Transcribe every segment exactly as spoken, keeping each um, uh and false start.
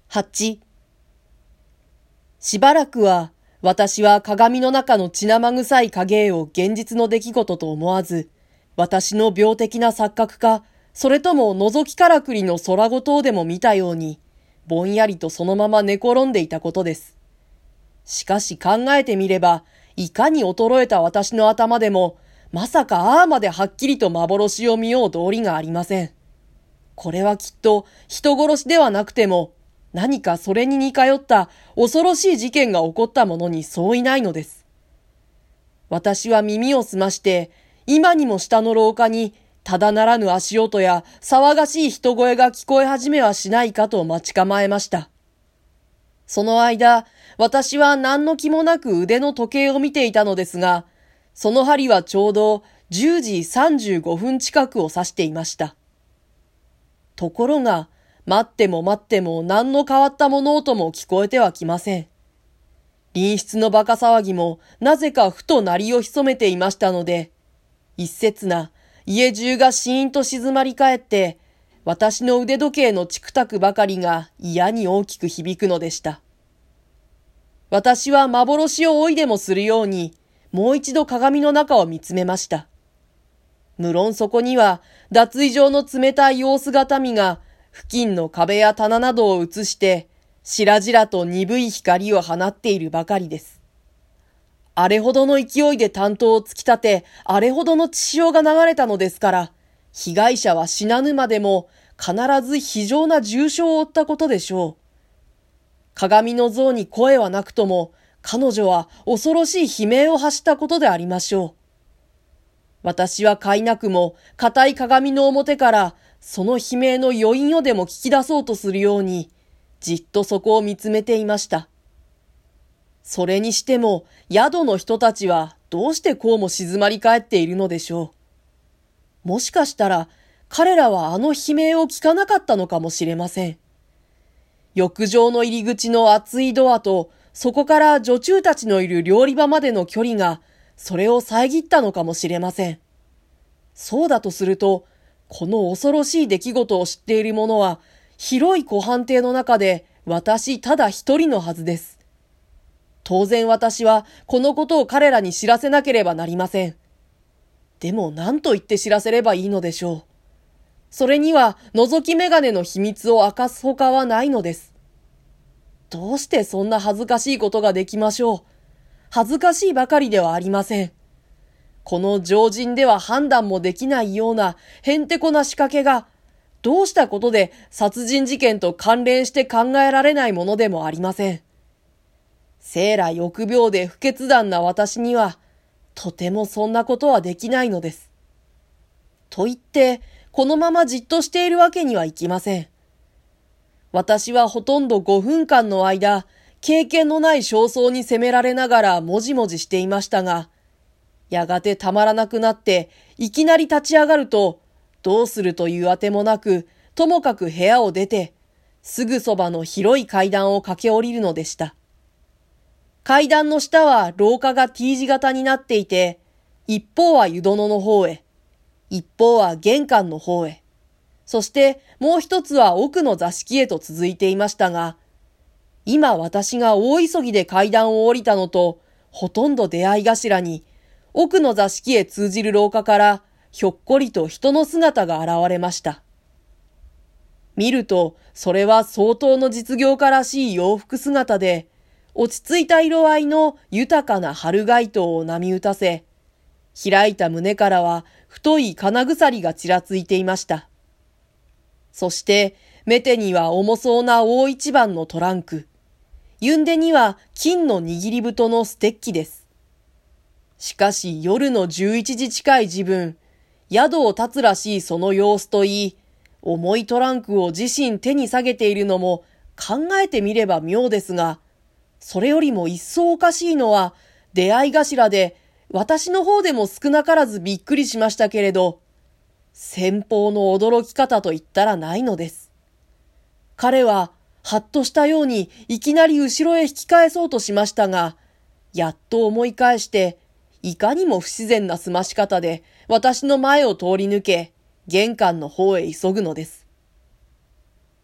はち、しばらくは私は鏡の中の血生臭い影絵を現実の出来事と思わず、私の病的な錯覚か、それとも覗きからくりの空ごとでも見たように、ぼんやりとそのまま寝転んでいたことです。しかし考えてみれば、いかに衰えた私の頭でも、まさかああまではっきりと幻を見よう道理がありません。これはきっと人殺しではなくても、何かそれに似通った恐ろしい事件が起こったものにそういないのです。私は耳を澄まして、今にも下の廊下にただならぬ足音や騒がしい人声が聞こえ始めはしないかと待ち構えました。その間、私は何の気もなく腕の時計を見ていたのですが、その針はちょうどじゅうじさんじゅうごふん近くを指していました。ところが、待っても待っても何の変わった物音も聞こえてはきません。隣室の馬鹿騒ぎもなぜかふと鳴りを潜めていましたので、一刹那、家中がシーンと静まり返って、私の腕時計のチクタクばかりが嫌に大きく響くのでした。私は幻を追いでもするように、もう一度鏡の中を見つめました。無論そこには、脱衣場の冷たい様子がみが、付近の壁や棚などを映して、しらじらと鈍い光を放っているばかりです。あれほどの勢いで担当を突き立て、あれほどの血潮が流れたのですから、被害者は死なぬまでも必ず非常な重傷を負ったことでしょう。鏡の像に声はなくとも、彼女は恐ろしい悲鳴を発したことでありましょう。私はかいなくも硬い鏡の表からその悲鳴の余韻をでも聞き出そうとするように、じっとそこを見つめていました。それにしても宿の人たちはどうしてこうも静まり返っているのでしょう。もしかしたら彼らはあの悲鳴を聞かなかったのかもしれません。浴場の入り口の厚いドアとそこから女中たちのいる料理場までの距離がそれを遮ったのかもしれません。そうだとすると、この恐ろしい出来事を知っている者は広い湖畔邸の中で私ただ一人のはずです。当然私はこのことを彼らに知らせなければなりません。でも何と言って知らせればいいのでしょう。それには覗き眼鏡の秘密を明かすほかはないのです。どうしてそんな恥ずかしいことができましょう。恥ずかしいばかりではありません。この常人では判断もできないようなへんてこな仕掛けが、どうしたことで殺人事件と関連して考えられないものでもありません。生来臆病で不決断な私には、とてもそんなことはできないのです。と言って、このままじっとしているわけにはいきません。私はほとんどごふんかんの間、経験のない焦燥に責められながらもじもじしていましたが、やがてたまらなくなって、いきなり立ち上がると、どうするというあてもなく、ともかく部屋を出て、すぐそばの広い階段を駆け下りるのでした。階段の下は廊下が T 字型になっていて、一方は湯殿の方へ、一方は玄関の方へ、そしてもう一つは奥の座敷へと続いていましたが、今私が大急ぎで階段を降りたのと、ほとんど出会い頭に、奥の座敷へ通じる廊下から、ひょっこりと人の姿が現れました。見ると、それは相当の実業家らしい洋服姿で、落ち着いた色合いの豊かな春街灯を波打たせ、開いた胸からは太い金鎖がちらついていました。そして、目手には重そうな大一番のトランク、ゆんでには金の握り太のステッキです。しかし夜のじゅういちじ近い時分、宿を立つらしいその様子といい、重いトランクを自身手に下げているのも考えてみれば妙ですが、それよりも一層おかしいのは出会い頭で私の方でも少なからずびっくりしましたけれど、先方の驚き方と言ったらないのです。彼ははっとしたようにいきなり後ろへ引き返そうとしましたが、やっと思い返して、いかにも不自然な済まし方で私の前を通り抜け、玄関の方へ急ぐのです。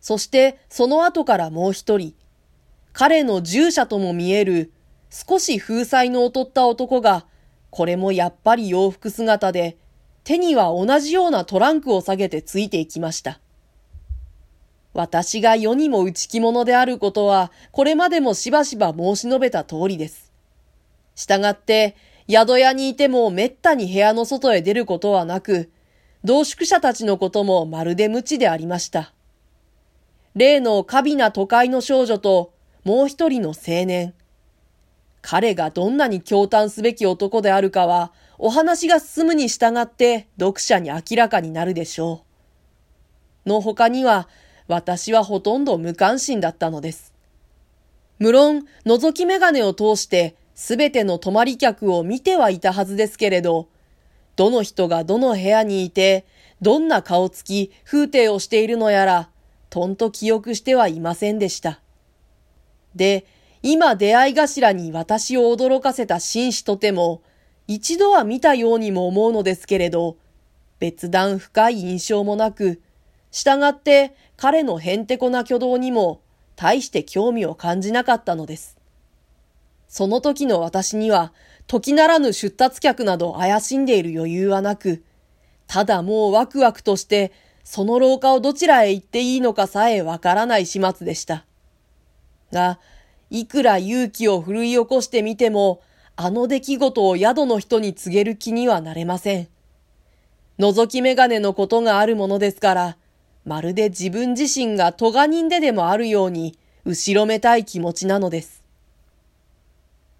そしてその後からもう一人、彼の従者とも見える少し風采の劣った男が、これもやっぱり洋服姿で、手には同じようなトランクを下げてついていきました。私が世にも内気者であることは、これまでもしばしば申し述べた通りです。したがって、宿屋にいてもめったに部屋の外へ出ることはなく、同宿者たちのこともまるで無知でありました。例の華美な都会の少女と、もう一人の青年。彼がどんなに驚嘆すべき男であるかは、お話が進むに従って読者に明らかになるでしょう。の他には、私はほとんど無関心だったのです。無論、覗き眼鏡を通してすべての泊まり客を見てはいたはずですけれど、どの人がどの部屋にいて、どんな顔つき、風景をしているのやら、とんと記憶してはいませんでした。で、今出会い頭に私を驚かせた紳士とても、一度は見たようにも思うのですけれど、別段深い印象もなく、したがって彼のへんてこな挙動にも大して興味を感じなかったのです。その時の私には時ならぬ出立客など怪しんでいる余裕はなく、ただもうワクワクとしてその廊下をどちらへ行っていいのかさえわからない始末でした。が、いくら勇気を奮い起こしてみても、あの出来事を宿の人に告げる気にはなれません。覗き眼鏡のことがあるものですから、まるで自分自身が咎人ででもあるように後ろめたい気持ちなのです。